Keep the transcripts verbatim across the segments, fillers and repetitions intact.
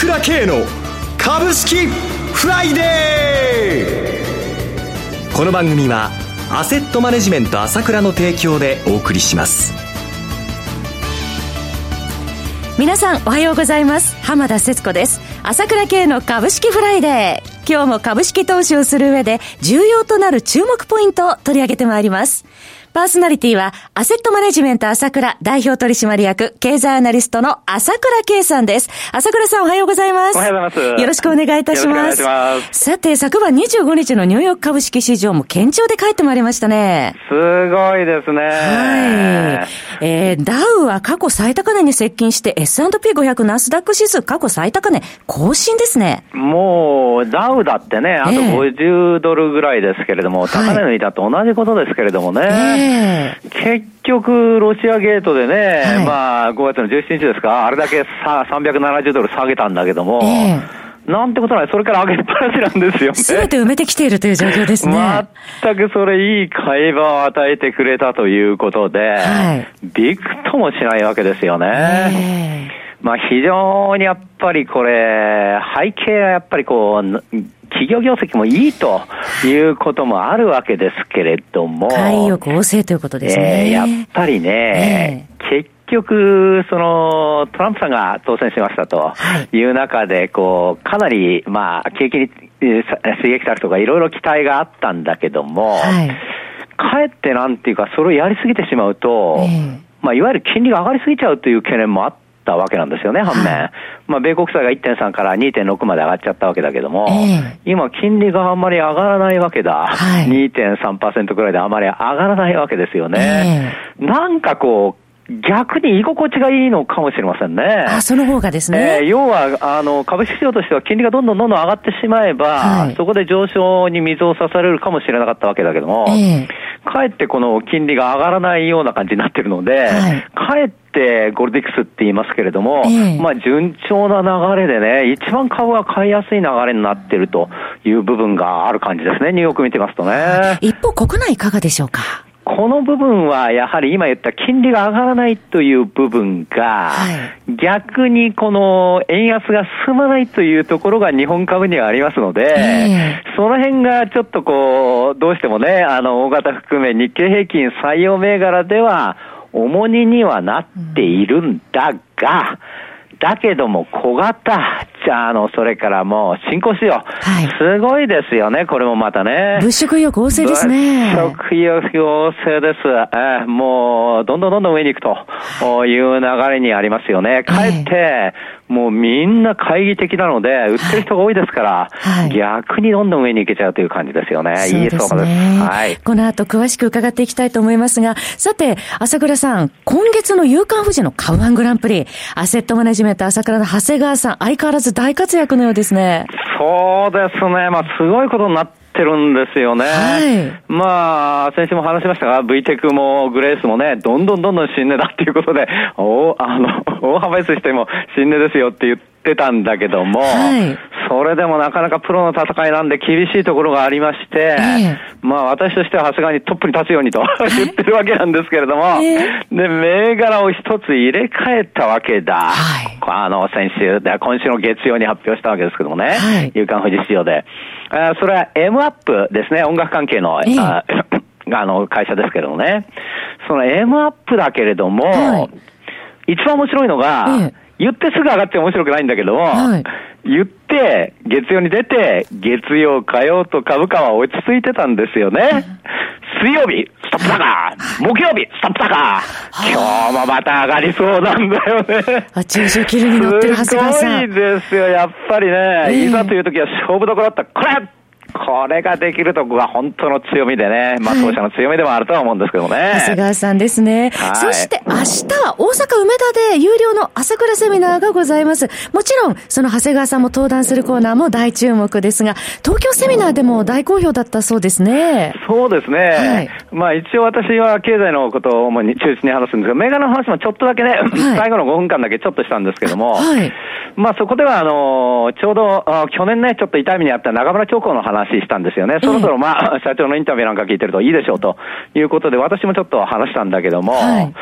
倉慶の株式フライデー。この番組はアセットマネジメント朝倉の提供でお送りします。 皆さんおはようございます。浜田節子です。朝倉慶の株式フライデー。今日も株式投資をする上で重要となる注目ポイントを取り上げてまいります。パーソナリティはアセットマネジメント朝倉代表取締役経済アナリストの朝倉慶さんです。朝倉さんおはようございます。 おはようございます。 よろしくお願いいたします。 よろしくお願いします。 さて昨晩にじゅうごにちのニューヨーク株式市場も堅調で帰ってまいりましたね。 すごいですね。はい。 えー、ダウは過去最高値に接近して エスアンドピーごひゃく ナスダック指数過去最高値更新ですね。 もうダウだってね、あとごじゅうドルぐらいですけれども、えー、高値抜いたと同じことですけれどもね。えー、結局ロシアゲートでね、はい、まあごがつのじゅうしちにちですか、あれだけささんびゃくななじゅうドル下げたんだけども、えー、なんてことない、それから上げっぱなしなんですよね。 すべて埋めてきているという状況ですね。 全くそれいい買い場を与えてくれたということで、はい、びくともしないわけですよね。えーまあ非常にやっぱりこれ、背景はやっぱりこう、企業業績もいいということもあるわけですけれども。 買い意欲旺盛ということですね。 えー、やっぱりね、えー、結局、その、トランプさんが当選しましたという中で、こう、かなり、まあ、景気に刺激されるとかいろいろ期待があったんだけども、はい、かえってなんていうか、それをやりすぎてしまうと、えー、まあ、いわゆる金利が上がりすぎちゃうという懸念もあって、たわけなんですよね、反面。はい、まあ、米国債が いってんさん から にてんろく まで上がっちゃったわけだけども、えー、今、金利があんまり上がらないわけだ。はい、にてんさんパーセント くらいであまり上がらないわけですよね。えー、なんかこう、逆に居心地がいいのかもしれませんね。 あ、その方がですね。 えー、要は、あの、株式市場としては金利がどんどんどんどん上がってしまえば、はい、そこで上昇に水を差されるかもしれなかったわけだけども、えー、かえってこの金利が上がらないような感じになっているので、はい、かえってゴールディックスって言いますけれども、えー、まあ順調な流れでね、一番株が買いやすい流れになっているという部分がある感じですね、ニューヨーク見てますとね。 一方国内いかがでしょうか。 この部分はやはり今言った金利が上がらないという部分が、はい、逆にこの円安が進まないというところが日本株にはありますので、えー、その辺がちょっとこう、どうしてもね、あの、大型含め日経平均採用銘柄では重荷にはなっているんだが、だけども小型、じゃあ、あの、それからもう新興市場、はい、すごいですよね、これもまたね。 物色意欲旺盛ですね。 物色意欲旺盛です。えー、もう、どんどんどんどん上に行くという流れにありますよね。かえって、えーもうみんな懐疑的なので、売ってる人が多いですから、はい、逆にどんどん上に行けちゃうという感じですよね。 そうですね。 いい相場です。はい。 この後詳しく伺っていきたいと思いますが、さて、朝倉さん、今月の夕刊フジのカウワングランプリ、アセットマネジメント朝倉の長谷川さん、相変わらず大活躍のようですね。 そうですね。まあ、すごいことになって、てるんですよね。はい、まあ、先週も話しましたが、ブイテック もグレースもね、どんどんどんどん新値だっていうことで、おあの、大幅安いしても新値ですよって言ってたんだけども、はい、それでもなかなかプロの戦いなんで厳しいところがありまして、えー、まあ私としては長谷川にトップに立つようにと言ってるわけなんですけれども、えー、で、銘柄を一つ入れ替えたわけだ。はい、あの、先週、今週の月曜に発表したわけですけどもね、はい、夕刊フジ市場で。あそれは エムアップ ですね、音楽関係の、えー、ああの会社ですけどもね、その エムアップ だけれども、はい、一番面白いのが、えー、言ってすぐ上がって面白くないんだけども、はい、言って月曜に出て月曜火曜と株価は落ち着いてたんですよね。うん、水曜日ストップ高、木曜日ストップ高、今日もまた上がりそうなんだよね。 あ、中小切るに乗ってる長谷川さん。 すごいですよ、やっぱりね。えー、いざという時は勝負どころだった。これこれができるとこが本当の強みでね、まあ当社の強みでもあるとは思うんですけどもね。はい、 長谷川さんですね。はい、そして明日、大阪梅田で有料の朝倉セミナーがございます。もちろん、その長谷川さんも登壇するコーナーも大注目ですが、東京セミナーでも大好評だったそうですね。 そうですね。はい、まあ一応私は経済のことを主に中心に話すんですが、銘柄の話もちょっとだけね、はい、最後のごふんかんだけちょっとしたんですけども、はい、まあそこではあの、ちょうど去年ね、ちょっと痛みにあった中村長江の話したんですよね。そろそろまあ、社長のインタビューなんか聞いてるといいでしょうということで、私もちょっと話したんだけども、はい、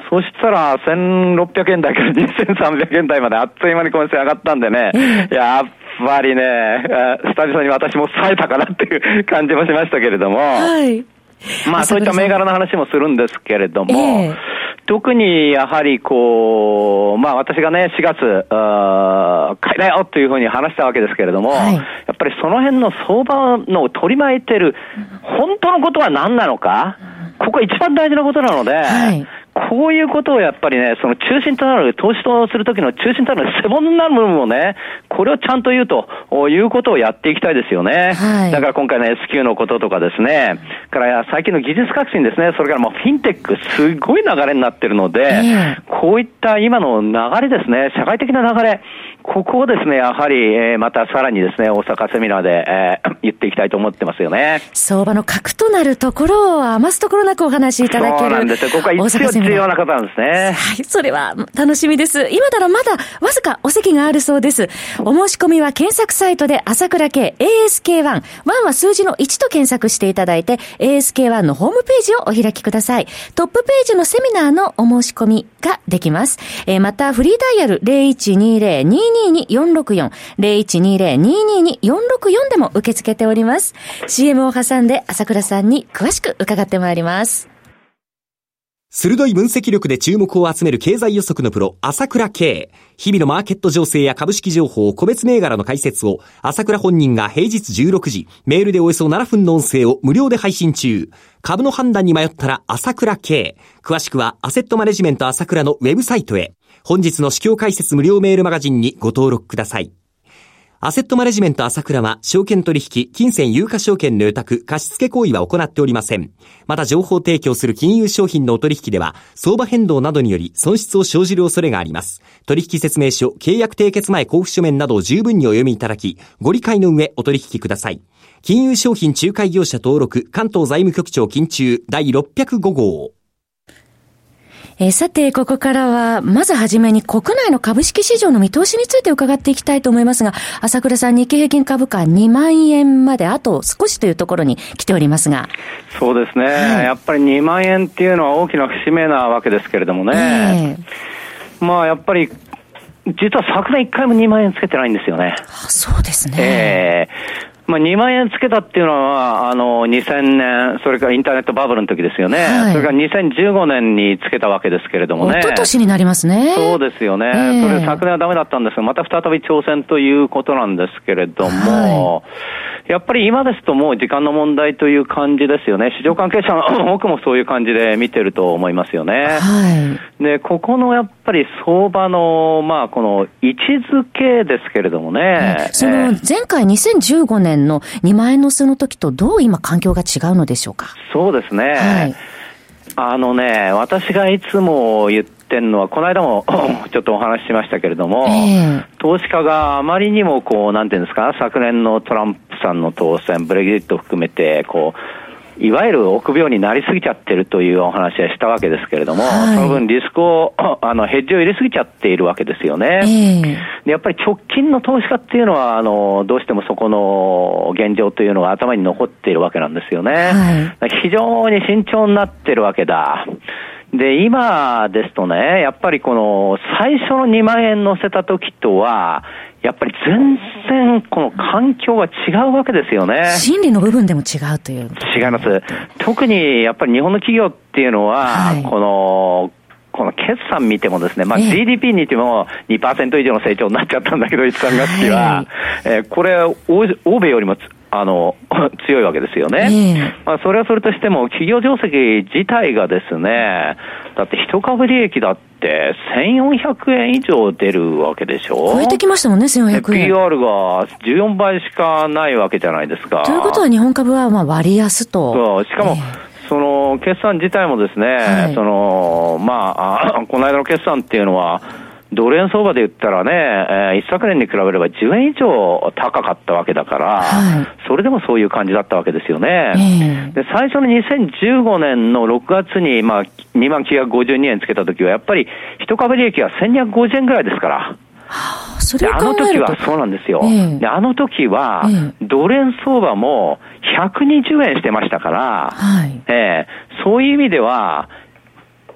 そしたらせんろっぴゃくえん台からにせんさんびゃくえん台まであっという間に今週上がったんでね、やっぱりね、久々に私も冴えたかなっていう感じもしましたけれども、はい、まあそういった銘柄の話もするんですけれども、えー、特にやはりこう、まあ私がね、しがつ、買いだよというふうに話したわけですけれども、はい、やっぱりその辺の相場の取り巻いてる本当のことは何なのか、ここ一番大事なことなので、はい、こういうことをやっぱりね、その中心となる、投資とするときの中心となる背骨になる部分をね、これをちゃんと言うということをやっていきたいですよね。はい、だから今回の エスキュー のこととかですね、から最近の技術革新ですね、それからもうフィンテック、すごい流れになってるので、えー、こういった今の流れですね、社会的な流れ、ここをですね、やはり、えー、またさらにですね、大阪セミナーで、えー、言っていきたいと思ってますよね。 相場の核となるところを余すところなくお話しいただける。 そうなんですよ。ここは一応重要な方なんですね。 はい、それは楽しみです。今ならまだわずかお席があるそうです。お申し込みは検索サイトで朝倉系 エーエスケーワン、ワンは数字のいちと検索していただいて エーエスケーワン のホームページをお開きください。トップページのセミナーのお申し込みができます。えー、またフリーダイヤル ゼロいちにゼロ にーにーにーよんろくよん ゼロいちにゼロ にーにーにーよんろくよん でも受け付けております。 シーエム を挟んで朝倉さんに詳しく伺ってまいります。 鋭い分析力で注目を集める経済予測のプロ、朝倉慶。日々のマーケット情勢や株式情報、個別銘柄の解説を、朝倉本人が平日じゅうろくじ、メールでおよそななふんの音声を無料で配信中。株の判断に迷ったら朝倉慶。詳しくはアセットマネジメント朝倉のウェブサイトへ。本日の市況解説無料メールマガジンにご登録ください。アセットマネジメント朝倉は、証券取引、金銭有価証券の予託、貸付行為は行っておりません。また情報提供する金融商品のお取引では、相場変動などにより損失を生じる恐れがあります。取引説明書、契約締結前交付書面などを十分にお読みいただき、ご理解の上お取引ください。金融商品仲介業者登録、関東財務局長金中第ろっぴゃくご号。 えー、さて、ここからは、まずはじめに国内の株式市場の見通しについて伺っていきたいと思いますが、朝倉さん、日経平均株価にまんえんまであと少しというところに来ておりますが。 そうですね。はい、やっぱりにまんえんっていうのは大きな節目なわけですけれどもね。えー、まあ、やっぱり、実は昨年いっかいもにまんえんつけてないんですよね。 あ、そうですね。 えーまあ、にまんえんつけたっていうのは、あの、にせんねん、それからインターネットバブルの時ですよね。はい、それからにせんじゅうごねんにつけたわけですけれどもね。 一昨年になりますね。 そうですよね。えー、それ昨年はダメだったんですが、また再び挑戦ということなんですけれども、はい、やっぱり今ですともう時間の問題という感じですよね。市場関係者の多くもそういう感じで見てると思いますよね。はい、で、ここのやっぱり相場の、まあ、この位置づけですけれどもね。 はい、その前回にせんじゅうごねんのにまんえんの数の時とどう今環境が違うのでしょうか。 そうですね。はい、あのね、私がいつも言ってるのは、この間もちょっとお話ししましたけれども、えー、投資家があまりにもこう、なんていうんですか、昨年のトランプさんの当選、ブレグジットを含めて、こう、いわゆる臆病になりすぎちゃってるというお話はしたわけですけれども、はい、その分リスクを、あの、ヘッジを入れすぎちゃっているわけですよね。えー、でやっぱり直近の投資家っていうのは、あの、どうしてもそこの現状というのが頭に残っているわけなんですよね。はい、非常に慎重になってるわけだ。で、今ですとね、やっぱりこの最初のにまんえん乗せた時とは、やっぱり全然この環境が違うわけですよね。 心理の部分でも違うという。 違います。特にやっぱり日本の企業っていうのは、はい、この、この決算見てもですね、まあ ジーディーピー にしても にパーセント 以上の成長になっちゃったんだけど、いち、さんがつ期は、はい、えー、これ、欧米よりもあの強いわけですよね。えーまあ、それはそれとしても企業業績自体がですね、だって一株利益だってせんよんひゃくえん以上出るわけでしょ。 超えてきましたもんね、せんよんひゃくえん。 ピーアール がじゅうよんばいしかないわけじゃないですか。 ということは日本株はまあ割安と。 そう、しかも、えーその決算自体もですね、はい、そのまあ、あこの間の決算っていうのはドル円相場で言ったらね、えー、一昨年に比べればじゅうえん以上高かったわけだから、はい、それでもそういう感じだったわけですよね。えー、で最初のにせんじゅうごねんのろくがつに、まあ、にまんきゅうひゃくごじゅうにえんつけた時はやっぱり一株利益はせんにひゃくごじゅうえんぐらいですから。 はあ、それを考えるとあの時はそうなんですよ。 えー、 であの時は、えー、ドル円相場もひゃくにじゅうえんしてましたから、はい、えー、そういう意味では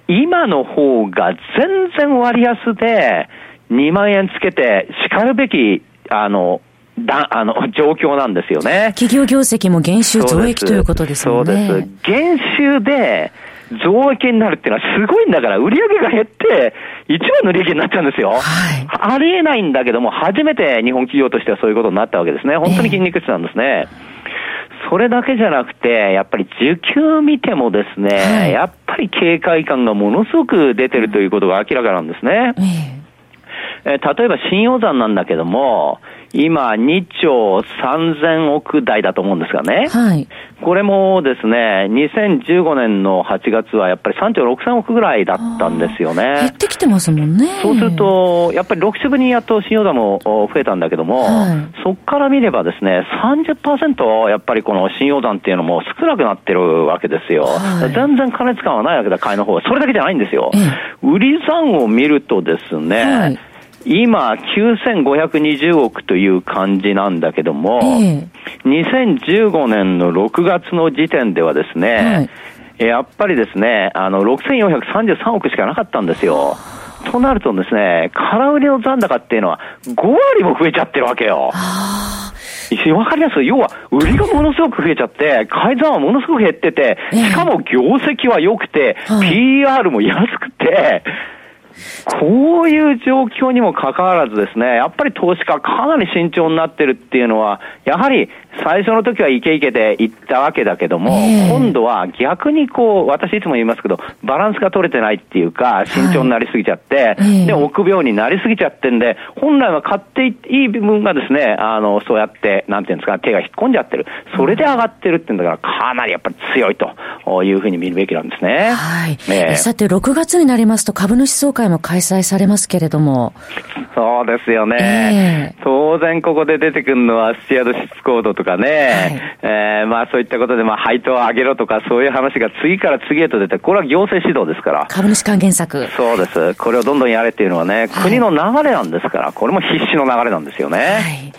今の方が全然割安でにまんえんつけて叱るべき、あの、だ、あの、状況なんですよね。 企業業績も減収増益ということですよね。 そうです。減収で増益になるっていうのはすごいんだから、売上が減って一番の利益になっちゃうんですよ。はい、ありえないんだけども、初めて日本企業としてはそういうことになったわけですね。本当に筋肉質なんですね。えー、それだけじゃなくて、やっぱり需給見てもですね、はい、やっぱり警戒感がものすごく出てるということが明らかなんですね。えーえー、例えば信用残なんだけども、今にちょうさんぜんおく台だと思うんですがね。はい。これもですね、にせんじゅうごねんのはちがつはやっぱりさんちょうろくせんおくぐらいだったんですよね。 減ってきてますもんね。 そうすると、やっぱりろくしゅぶにやっと信用残も増えたんだけども、はい、そこから見ればですね、さんじゅっパーセント やっぱりこの信用残っていうのも少なくなってるわけですよ。はい、全然過熱感はないわけだ、買いの方は。それだけじゃないんですよ。うん、売り残を見るとですね、はい、今、きゅうせんごひゃくにじゅうおくという感じなんだけども、えー、にせんじゅうごねんのろくがつの時点ではですね、はい、やっぱりですね、あの、ろくせんよんひゃくさんじゅうさんおくしかなかったんですよ。となるとですね、空売りの残高っていうのはごわりも増えちゃってるわけよ。わかりやすい。要は、売りがものすごく増えちゃって、買い残はものすごく減ってて、しかも業績は良くて、えー、ピーアール も安くて、こういう状況にもかかわらずですね、やっぱり投資家かなり慎重になってるっていうのは、やはり最初の時はイケイケで行ったわけだけども、えー、今度は逆にこう、私いつも言いますけど、バランスが取れてないっていうか、慎重になりすぎちゃって、はい、で、臆病になりすぎちゃってんで、本来は買っていい部分がですね、あの、そうやって、なんていうんですか、手が引っ込んじゃってる。それで上がってるっていうんだから、かなりやっぱり強いというふうに見るべきなんですね。 はい。えー、さて、ろくがつになりますと株主総会も開催されますけれども。 そうですよね。えー、当然ここで出てくるのはスチュアードシップコードとかね、はい、えー、まあそういったことでまあ配当を上げろとかそういう話が次から次へと出て、これは行政指導ですから。 株主還元策。 そうです。これをどんどんやれっていうのはね、国の流れなんですから、これも必死の流れなんですよね。はい、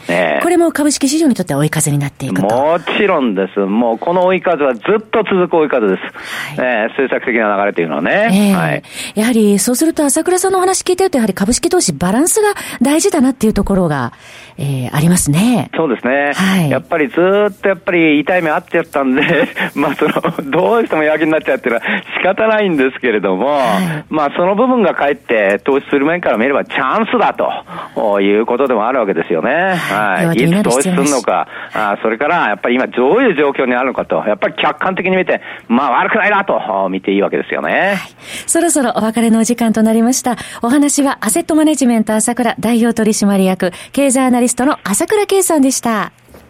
ね、これも株式市場にとっては追い風になっていくと。 もちろんです。もうこの追い風はずっと続く追い風です。はい、えー、政策的な流れというのはね。えー、はい。 やはりそうすると朝倉さんのお話聞いてると、やはり株式投資バランスが大事だなっていうところが、えー、ありますね。 そうですね。はい。やっぱりずーっとやっぱり痛い目あってやったんで、まあその、どうしても弱気になっちゃうっていうのは仕方ないんですけれども、はい、まあその部分がかえって投資する面から見ればチャンスだということでもあるわけですよね。はい。はい、いつ投資するのか、あ、それからやっぱり今どういう状況にあるのかと、やっぱり客観的に見て、まあ悪くないなと見ていいわけですよね。はい、 そろそろお別れのお時間となりました。お話はアセットマネジメント朝倉代表取締役経済アナリストの朝倉圭さんでした。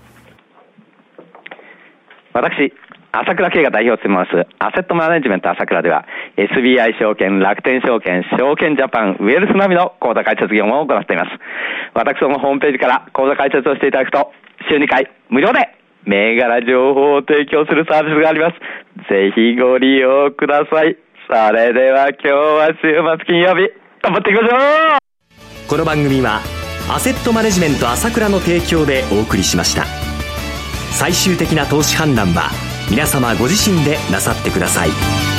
私、朝倉圭が代表を務めますアセットマネジメント朝倉では エスビーアイ 証券、楽天証券、証券ジャパン、ウェルス並みの口座開設業務を行っています。私どもホームページから口座開設をしていただくと週にかい無料で銘柄情報を提供するサービスがあります。ぜひご利用ください。それでは今日は週末金曜日頑張っていきましょう。 この番組はアセットマネジメント朝倉の提供でお送りしました。最終的な投資判断は皆様ご自身でなさってください。